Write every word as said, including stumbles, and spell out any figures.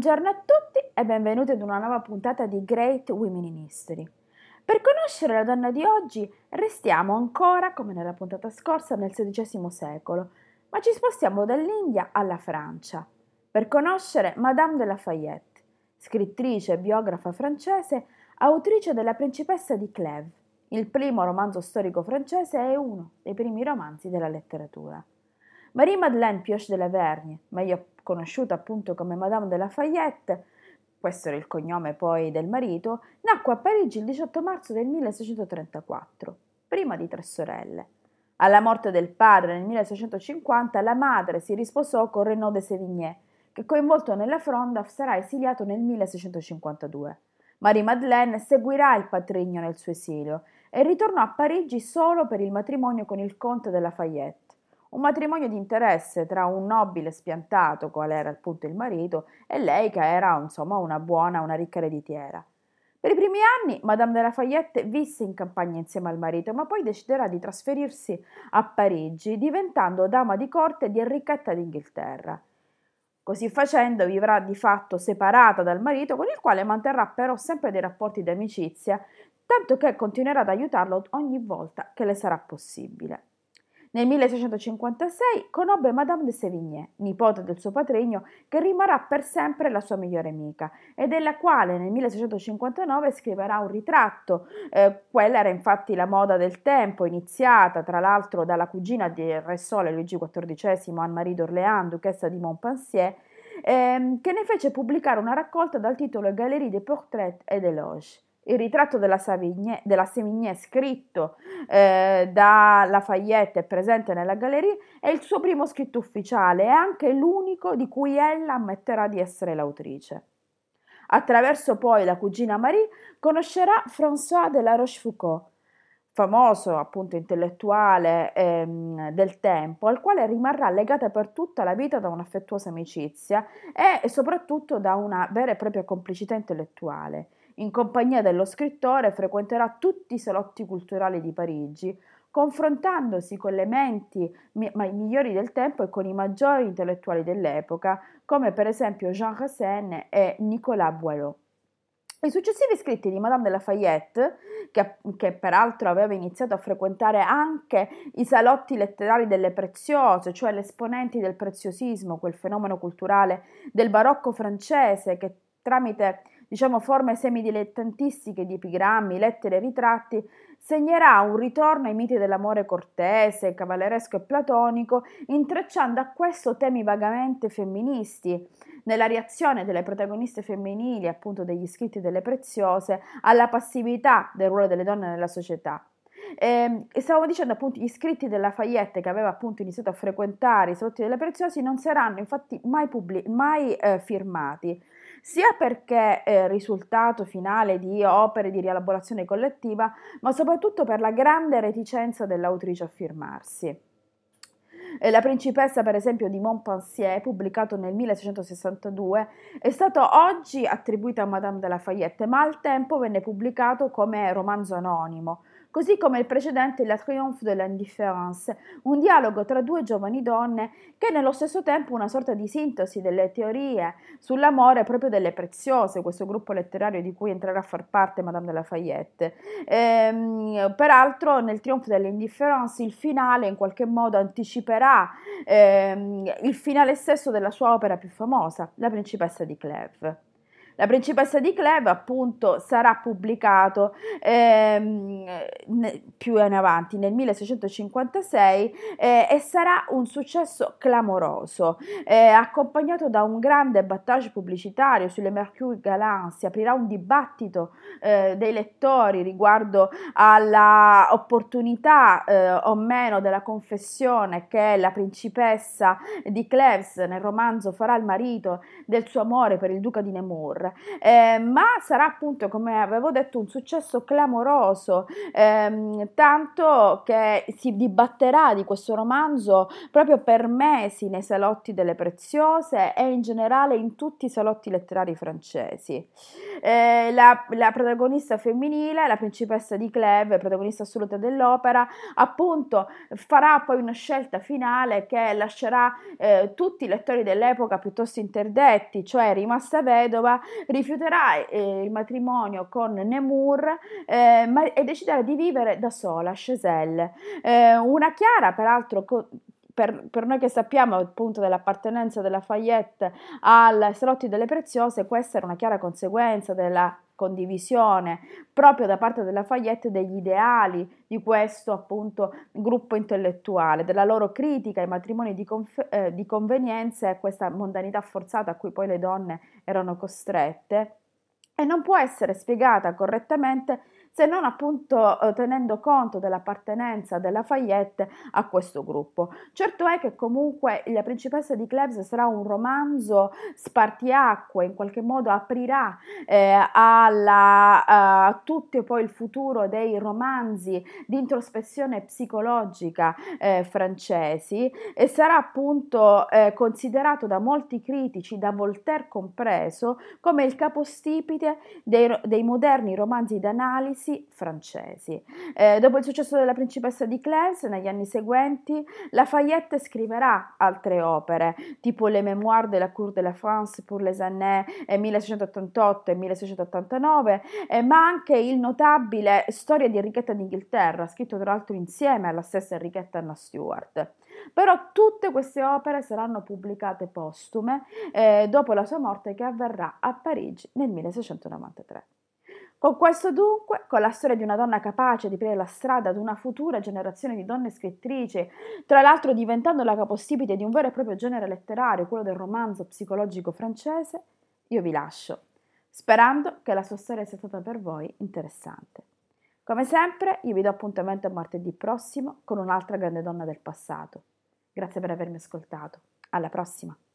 Buongiorno a tutti e benvenuti ad una nuova puntata di Great Women in History. Per conoscere la donna di oggi restiamo ancora, come nella puntata scorsa, nel sedicesimo secolo, ma ci spostiamo dall'India alla Francia per conoscere Madame de Lafayette, scrittrice e biografa francese, autrice della Principessa di Clèves, il primo romanzo storico francese e uno dei primi romanzi della letteratura. Marie-Madeleine Pioche de la Vergne, meglio conosciuta appunto come Madame de Lafayette, questo era il cognome poi del marito, nacque a Parigi il diciotto marzo del milleseicentotrentaquattro, prima di tre sorelle. Alla morte del padre nel milleseicentocinquanta la madre si risposò con Renaud de Sévigné, che coinvolto nella fronda sarà esiliato nel milleseicentocinquantadue. Marie-Madeleine seguirà il patrigno nel suo esilio e ritornò a Parigi solo per il matrimonio con il conte de Lafayette. Un matrimonio di interesse tra un nobile spiantato, quale era appunto il marito, e lei che era insomma una buona, una ricca ereditiera. Per i primi anni Madame de Lafayette visse in campagna insieme al marito, ma poi deciderà di trasferirsi a Parigi, diventando dama di corte di Enrichetta d'Inghilterra. Così facendo vivrà di fatto separata dal marito, con il quale manterrà però sempre dei rapporti di amicizia, tanto che continuerà ad aiutarlo ogni volta che le sarà possibile. Nel milleseicentocinquantasei conobbe Madame de Sévigné, nipote del suo patrigno, che rimarrà per sempre la sua migliore amica e della quale nel milleseicentocinquantanove scriverà un ritratto. Eh, quella era infatti la moda del tempo, iniziata tra l'altro dalla cugina del Re Sole Luigi quattordicesimo, Anne-Marie d'Orléans, duchessa di Montpensier, ehm, che ne fece pubblicare una raccolta dal titolo Galerie des Portraits et d'Éloges. Il ritratto della, Savigné, della Sévigné scritto eh, da Lafayette è presente nella galleria, è il suo primo scritto ufficiale e anche l'unico di cui ella ammetterà di essere l'autrice. Attraverso poi la cugina Marie conoscerà François de la Rochefoucauld, famoso appunto intellettuale ehm, del tempo, al quale rimarrà legata per tutta la vita da un'affettuosa amicizia e soprattutto da una vera e propria complicità intellettuale. In compagnia dello scrittore frequenterà tutti i salotti culturali di Parigi, confrontandosi con le menti mi- migliori del tempo e con i maggiori intellettuali dell'epoca, come per esempio Jean Racine e Nicolas Boileau. I successivi scritti di Madame de Lafayette, che, che peraltro aveva iniziato a frequentare anche i salotti letterari delle preziose, cioè le esponenti del preziosismo, quel fenomeno culturale del barocco francese che tramite diciamo forme semidilettantistiche di epigrammi, lettere e ritratti, segnerà un ritorno ai miti dell'amore cortese, cavalleresco e platonico, intrecciando a questo temi vagamente femministi, nella reazione delle protagoniste femminili, appunto degli scritti delle preziose, alla passività del ruolo delle donne nella società. E, e stavamo dicendo appunto gli scritti della Lafayette, che aveva appunto iniziato a frequentare i salotti delle preziose, non saranno infatti mai, pubblic- mai eh, firmati, sia perché è risultato finale di opere di rielaborazione collettiva, ma soprattutto per la grande reticenza dell'autrice a firmarsi. La Principessa, per esempio, di Montpensier, pubblicato nel milleseicentosessantadue, è stato oggi attribuito a Madame de Lafayette, ma al tempo venne pubblicato come romanzo anonimo, così come il precedente La Triomphe de l'Indifference, un dialogo tra due giovani donne che è nello stesso tempo una sorta di sintesi delle teorie sull'amore proprio delle preziose, questo gruppo letterario di cui entrerà a far parte Madame de Lafayette. Ehm, peraltro nel Triomphe de l'Indifference il finale in qualche modo anticiperà ehm, il finale stesso della sua opera più famosa, La Principessa di Clèves. La Principessa di Clèves appunto sarà pubblicato ehm, più in avanti nel milleseicentocinquantasei eh, e sarà un successo clamoroso, eh, accompagnato da un grande battage pubblicitario sulle Mercure Galant. Si aprirà un dibattito eh, dei lettori riguardo alla opportunità eh, o meno della confessione che la Principessa di Clèves nel romanzo farà al marito del suo amore per il duca di Nemours. eh, ma sarà appunto, come avevo detto, un successo clamoroso, ehm, tanto che si dibatterà di questo romanzo proprio per mesi nei salotti delle Preziose e in generale in tutti i salotti letterari francesi. Eh, la, la protagonista femminile, la principessa di Clèves, protagonista assoluta dell'opera, appunto farà poi una scelta finale che lascerà eh, tutti i lettori dell'epoca piuttosto interdetti, cioè rimasta vedova, rifiuterà eh, il matrimonio con Nemours eh, ma, e deciderà di vivere da sola a Chazelle. Eh, una chiara, peraltro, co- per, per noi che sappiamo appunto dell'appartenenza della Fayette al Salotti delle Preziose, questa era una chiara conseguenza della condivisione proprio da parte della Fayette degli ideali di questo appunto gruppo intellettuale, della loro critica ai matrimoni di, conf- eh, di convenienza e questa mondanità forzata a cui poi le donne erano costrette, e non può essere spiegata correttamente se non appunto eh, tenendo conto dell'appartenenza della Fayette a questo gruppo. Certo è che comunque La principessa di Clèves sarà un romanzo spartiacque, in qualche modo aprirà eh, alla, a tutto poi il futuro dei romanzi di introspezione psicologica eh, francesi, e sarà appunto eh, considerato da molti critici, da Voltaire compreso, come il capostipite dei, dei moderni romanzi d'analisi francesi. Eh, dopo il successo della Principessa di Clèves, negli anni seguenti, Lafayette scriverà altre opere, tipo Le Mémoires de la Cour de la France pour les années milleseicentoottantotto e milleseicentottantanove, eh, ma anche il notabile Storia di Enrichetta d'Inghilterra, scritto tra l'altro insieme alla stessa Enrichetta Anna Stewart. Però tutte queste opere saranno pubblicate postume eh, dopo la sua morte, che avverrà a Parigi nel milleseicentonovantatré. Con questo dunque, con la storia di una donna capace di aprire la strada ad una futura generazione di donne scrittrici, tra l'altro diventando la capostipite di un vero e proprio genere letterario, quello del romanzo psicologico francese, io vi lascio, sperando che la sua storia sia stata per voi interessante. Come sempre, io vi do appuntamento a martedì prossimo con un'altra grande donna del passato. Grazie per avermi ascoltato. Alla prossima!